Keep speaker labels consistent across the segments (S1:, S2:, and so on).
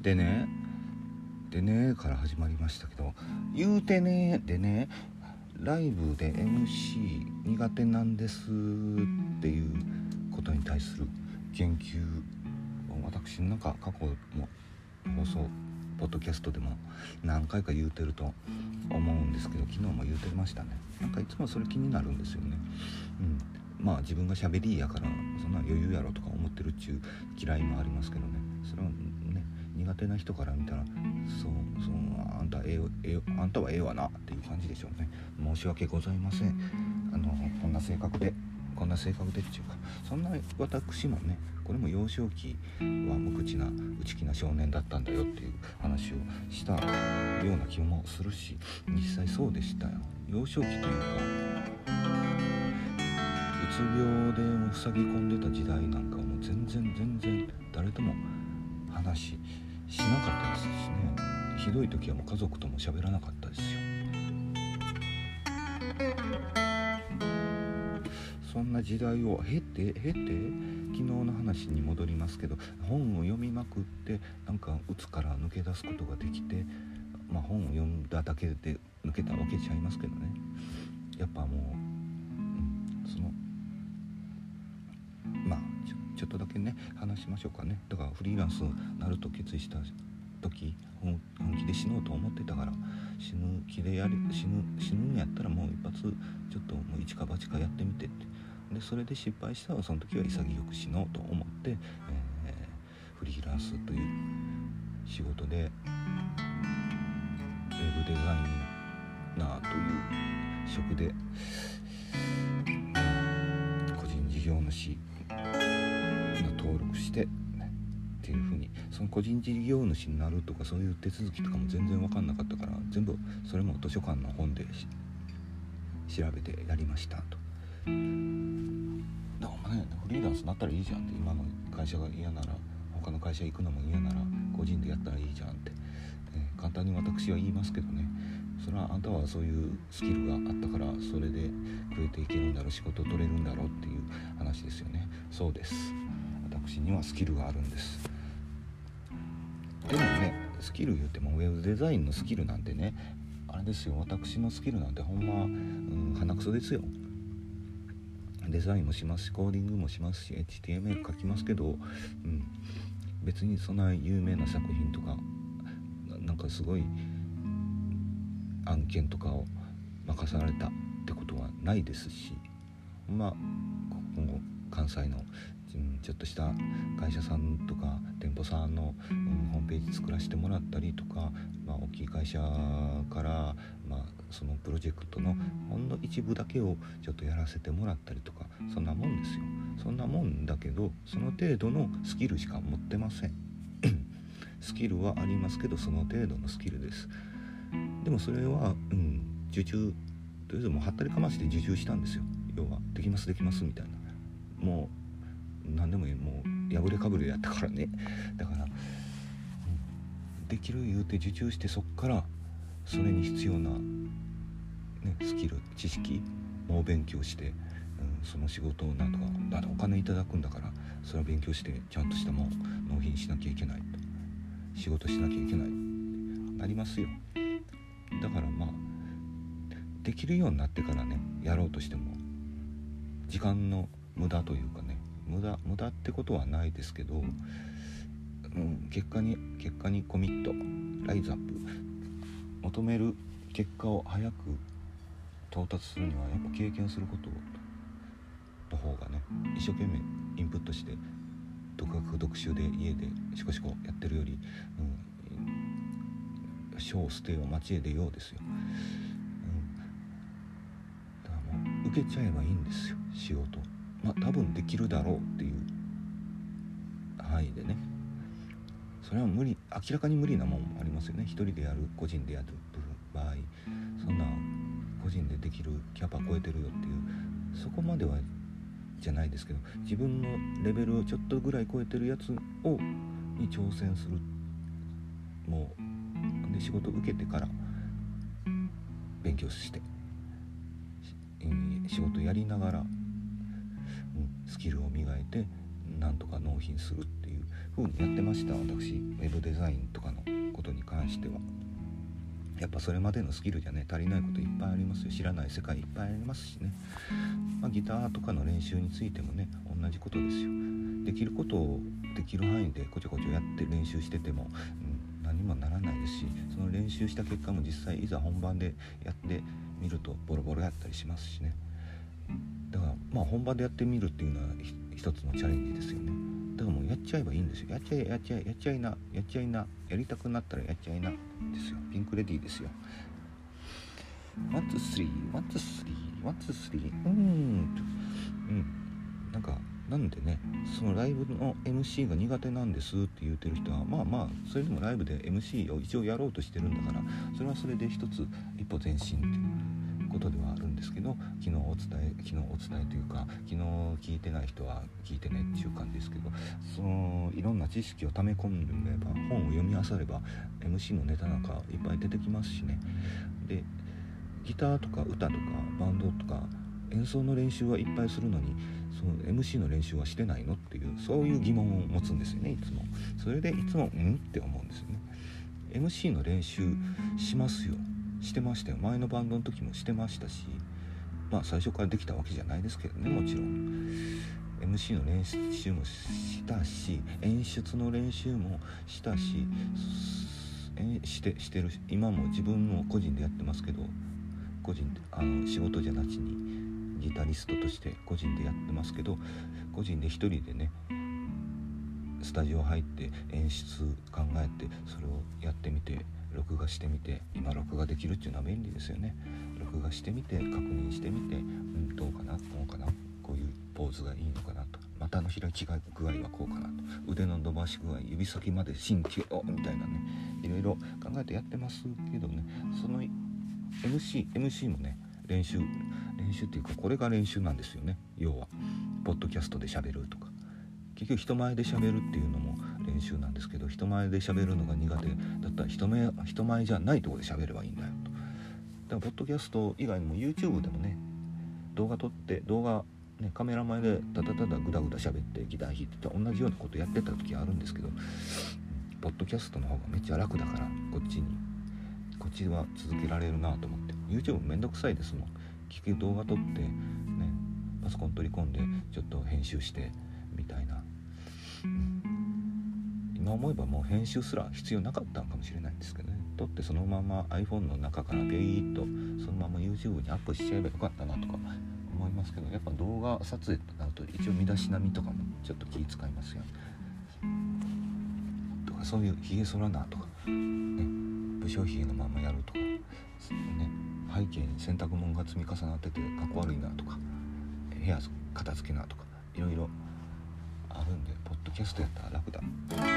S1: でねから始まりましたけど、言うてねでね、ライブで MC 苦手なんですっていうことに対する言及を私なんか過去も放送ポッドキャストでも何回か言うてると思うんですけど、昨日も言うてましたね。なんかいつもそれ気になるんですよね。まあ自分が喋りやからそんな余裕やろとか思ってるっちゅう嫌いもありますけどね。それはね、苦手な人から見たらそうあんたはええわなっていう感じでしょうね。申し訳ございません。こんな性格でっていうか、そんな私もね、これも幼少期は無口な内気な少年だったんだよっていう話をしたような気もするし、実際そうでしたよ。幼少期というかうつ病で塞ぎ込んでた時代なんかはもう全然誰とも話しなかったですしね。ひどい時はもう家族とも喋らなかったですよ。そんな時代を経て昨日の話に戻りますけど、本を読みまくってなんか鬱から抜け出すことができて、本を読んだだけで抜けたわけちゃいますけどね。やっぱもう、そのちょっとだけね話しましょうかね。だからフリーランスになると決意した時、本気で死のうと思ってたから、死ぬんやったらもう一発ちょっともう一か八かやってみてって。でそれで失敗したらその時は潔く死のうと思って、フリーランスという仕事でウェブデザイナーという職で個人事業主登録してっていう風に、その個人事業主になるとかそういう手続きとかも全然分かんなかったから、全部それも図書館の本で調べてやりましたと。だからね、フリーランスになったらいいじゃんって、今の会社が嫌なら他の会社行くのも嫌なら個人でやったらいいじゃんって、簡単に私は言いますけどね。それはあんたはそういうスキルがあったからそれで食えていけるんだろう、仕事取れるんだろうっていう話ですよね。そうです、私にはスキルがあるんです。でもね、スキル言ってもウェブデザインのスキルなんてね、あれですよ、私のスキルなんてほんま、鼻くそですよ。デザインもしますし、コーディングもしますし、 HTML 書きますけど、別にそんな有名な作品とかなんかすごい案件とかを任されたってことはないですし、ここ関西のちょっとした会社さんとか店舗さんの、ホームページ作らせてもらったりとか、大きい会社から、そのプロジェクトのほんの一部だけをちょっとやらせてもらったりとか、そんなもんですよ。そんなもんだけど、その程度のスキルしか持ってませんスキルはありますけど、その程度のスキルです。でもそれは、受注、とりあえずもうはったりかまして受注したんですよ。要はできますみたいな、もう何でもいい、もう破れかぶれやったからね。だから、できる言うて受注して、そっからそれに必要な、スキル知識も勉強して、その仕事をなんとかお金いただくんだから、それは勉強してちゃんとしたもの納品しなきゃいけないと、仕事しなきゃいけないなりますよ。だからできるようになってからね、やろうとしても時間の無駄というかね、無駄ってことはないですけど、結果にコミット、ライズアップ、求める結果を早く到達するにはやっぱ経験することの方がね、一生懸命インプットして独学独習で家でシコシコやってるより、小捨てを町へ出ようですよ。だからもう受けちゃえばいいんですよ、仕事。多分できるだろうっていう範囲でね。それは明らかに無理なもんもありますよね。一人でやる、個人でやる場合、そんな個人でできるキャパ超えてるよっていう、そこまではじゃないですけど、自分のレベルをちょっとぐらい超えてるやつに挑戦する。もうで仕事受けてから勉強して、仕事やりながら、スキルを磨いて、 なんとか納品するっていう風にやってました。私ウェブデザインとかのことに関してはやっぱそれまでのスキルじゃね足りないこといっぱいありますよ。知らない世界いっぱいありますしね、ギターとかの練習についてもね同じことですよ。できることをできる範囲でこちょこちょやって練習してても、何もならないですし、その練習した結果も実際いざ本番でやってみるとボロボロやったりしますしね。だから本番でやってみるっていうのは一つのチャレンジですよね。だからもうやっちゃえばいいんですよ。やっちゃいな、やりたくなったらやっちゃいなですよ。ピンクレディーですよ。ワンツースリーなんでね、そのライブの MC が苦手なんですって言ってる人はそれでもライブで MC を一応やろうとしてるんだから、それはそれで一つ一歩前進っていうことではあるんですけど、昨日お伝えというか、昨日聞いてない人は聞いてねっていう感じですけど、そのいろんな知識を溜め込んでれば、本を読み漁れば MC のネタなんかいっぱい出てきますしね。でギターとか歌とかバンドとか演奏の練習はいっぱいするのに、その MC の練習はしてないのっていう、そういう疑問を持つんですよね、いつも。それでいつもって思うんですよね。 MC の練習しますよ。してましたよ。前のバンドの時もしてましたし、最初からできたわけじゃないですけどね、もちろん MC の練習もしたし、演出の練習もしたし、してるし、今も自分も個人でやってますけど、個人で仕事じゃなしにギタリストとして個人でやってますけど、個人で一人でねスタジオ入って演出考えて、それをやってみて録画してみて、今録画できるっていうのは便利ですよね。録画してみて確認してみて、どうかな、こうかな、こういうポーズがいいのかなと、股の開き具合はこうかなと、腕の伸ばし具合、指先まで神経をみたいなね、いろいろ考えてやってますけどね、そのMC もね練習っていうか、これが練習なんですよね。要はポッドキャストで喋るとか、結局人前で喋るっていうのも練習なんですけど、人前で喋るのが苦手だったら人前じゃないところで喋ればいいんだよと。だからポッドキャスト以外にも YouTube でもね、動画撮ってカメラ前でただグダグダ喋ってギター弾いて同じようなことやってた時あるんですけど、ポッドキャストの方がめっちゃ楽だから、こっちは続けられるなと思って。 YouTube めんどくさいですもん。結局動画撮ってね、パソコン取り込んでちょっと編集してみたいな、今思えばもう編集すら必要なかったのかもしれないんですけどね。撮ってそのまま iPhone の中からビーッとそのまま YouTube にアップしちゃえばよかったなとか思いますけど、やっぱ動画撮影となると一応身だしなみとかもちょっと気遣いますよとか、そういうひげ剃らなとかね、武将髭のままやるとかね、背景に洗濯物が積み重なっててかっこ悪いなとか、部屋片付けなとか、いろいろあるんで、ポッドキャストやったら楽だ。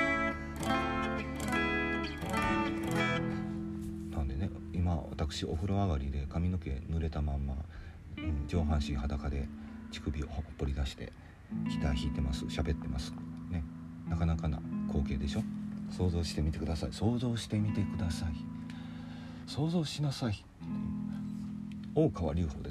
S1: なんでね、今私お風呂上がりで髪の毛濡れたまんま、上半身裸で乳首をほっぽり出してギター弾いてます、喋ってますね。なかなかな光景でしょ。想像してみてください。想像しなさい。大川隆法です。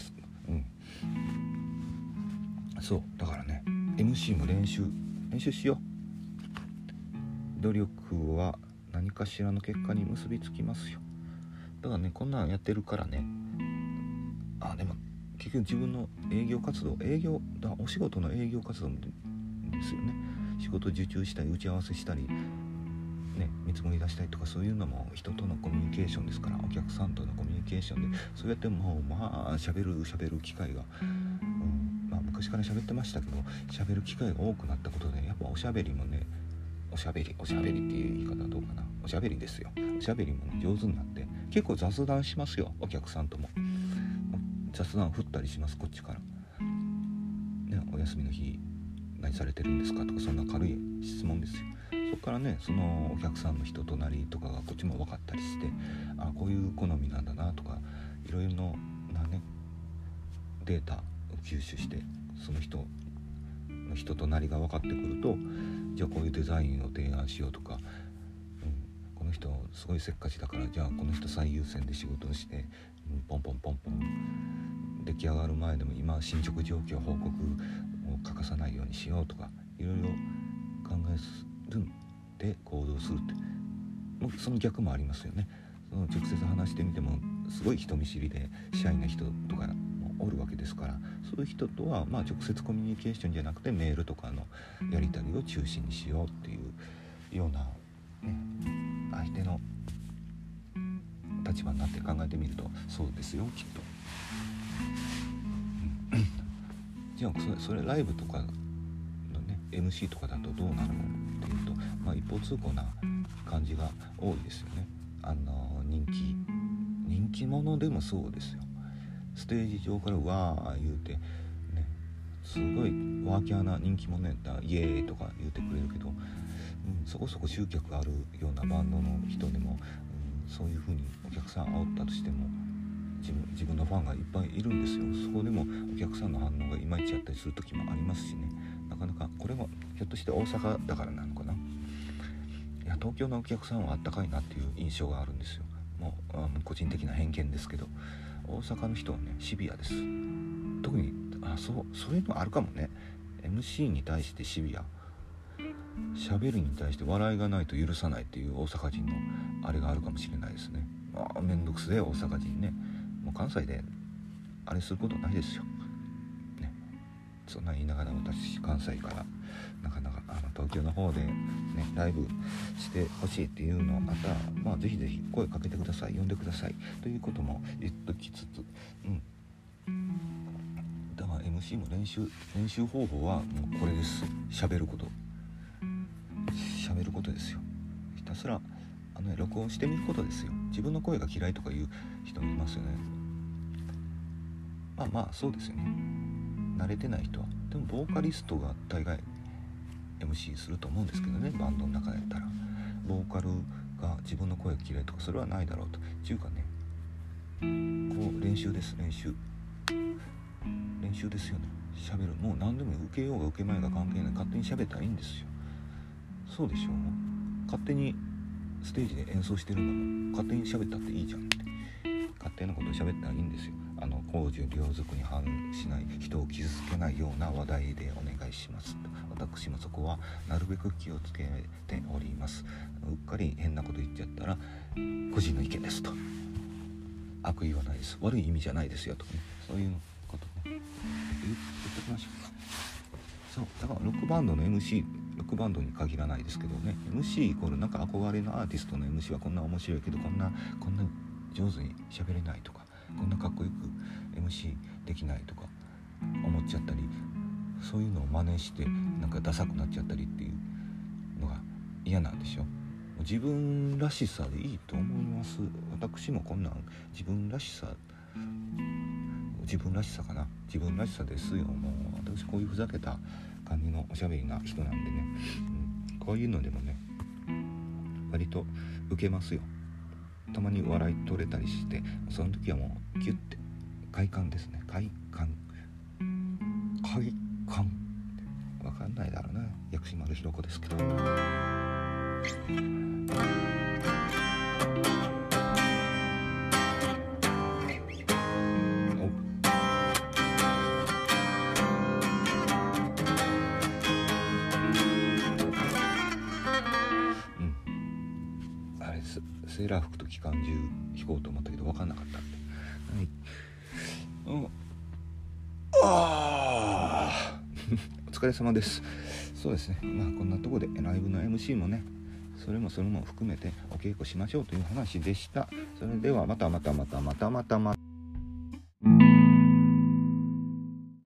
S1: そうだからね、 MC も練習しよう。努力は何かしらの結果に結びつきますよ。だからね、こんなんやってるからね、でも結局自分の営業活動、お仕事の営業活動ですよね。仕事受注したり打ち合わせしたりね、見積もり出したりとか、そういうのも人とのコミュニケーションですから、お客さんとのコミュニケーションで、そうやってもう喋る機会が、昔から喋ってましたけど、喋る機会が多くなったことで、やっぱおしゃべりもね、おしゃべりっていう言い方どうかな、おしゃべりですよ。おしゃべりもね上手になって、結構雑談しますよ、お客さんとも。雑談振ったりします、こっちからね。お休みの日何されてるんですかとか、そんな軽い質問ですよ。そこからね、そのお客さんの人となりとかがこっちも分かったりして、こういう好みなんだなとか、いろいろなねデータを吸収して、その人の人となりが分かってくると、じゃあこういうデザインを提案しようとか、この人すごいせっかちだから、じゃあこの人最優先で仕事をして、ポンポン出来上がる前でも今進捗状況報告を欠かさないようにしようとか、 いろいろ考えるんで行動するって、もうその逆もありますよね。その直接話してみてもすごい人見知りでシャイな人とかもおるわけですから、そういう人とは直接コミュニケーションじゃなくてメールとかのやり取りを中心にしようっていうような、ね、相手の立場になって考えてみるとそうですよきっと。じゃあそれライブとかのね MC とかだとどうなるのっていうと、一方通行な感じが多いですよね。人気者でもそうですよ。ステージ上からわー言うてね、すごいワーキャーな人気者やったらイエーイとか言うてくれるけど、そこそこ集客あるようなバンドの人でも、そういう風にお客さん煽ったとしても自分のファンがいっぱいいるんですよ。そこでもお客さんの反応がいまいちやったりする時もありますしね。なかなかこれはひょっとして大阪だからなのかな。いや東京のお客さんはあったかいなっていう印象があるんですよ。もう個人的な偏見ですけど、大阪の人はねシビアです。特にそういうのあるかもね。 MC に対してシビア、喋るに対して笑いがないと許さないっていう大阪人のあれがあるかもしれないですね。めんどくせえ大阪人ね。もう関西であれすることないですよ、ね、そんな言いながら私関西からなかなか東京の方で、ね、ライブしてほしいっていうのあったら、ぜひぜひ声かけてください、呼んでくださいということも言っときつつ、だから MC も練習方法はもうこれです。喋ることですよ。ひたすら録音してみることですよ。自分の声が嫌いとかいう人もいますよね。そうですよね。慣れてない人はでもボーカリストが大概 MC すると思うんですけどね。バンドの中やったらボーカルが自分の声が嫌いとかそれはないだろうと。っていうかね、こう練習ですよね。喋る、もう何でも受けようが受けまいが関係ない。勝手に喋ったらいいんですよ。そうでしょう。勝手にステージで演奏してるんだもん。勝手に喋ったっていいじゃんって。勝手なことを喋ったらいいんですよ。公序良俗に反しない、人を傷つけないような話題でお願いしますと。私もそこはなるべく気をつけております。うっかり変なこと言っちゃったら個人の意見ですと。悪意はないです、悪い意味じゃないですよとかね、そういうことね言っておきましょう。そうだからロックバンドの MC、ロックバンドに限らないですけどね、 MC イコールなんか憧れのアーティストの MC はこんな面白いけどこんな上手に喋れないとか、こんなかっこよく MC できないとか思っちゃったり、そういうのを真似してなんかダサくなっちゃったりっていうのが嫌なんでしょ。自分らしさでいいと思います。私もこんなん自分らしさかな、自分らしさですよ。もう私こういうふざけた感じのおしゃべりな人なんでね、こういうのでもね割と受けますよ。たまに笑い取れたりして、その時はもうキュッて快感ですね。快感わかんないだろうな、薬師丸ひろ子ですけど。セーラー服と機関銃引こうと思ったけど分かんなかったんで、お疲れ様です。そうですね、こんなとこでライブの MC もねそれも含めてお稽古しましょうという話でした。それではまた。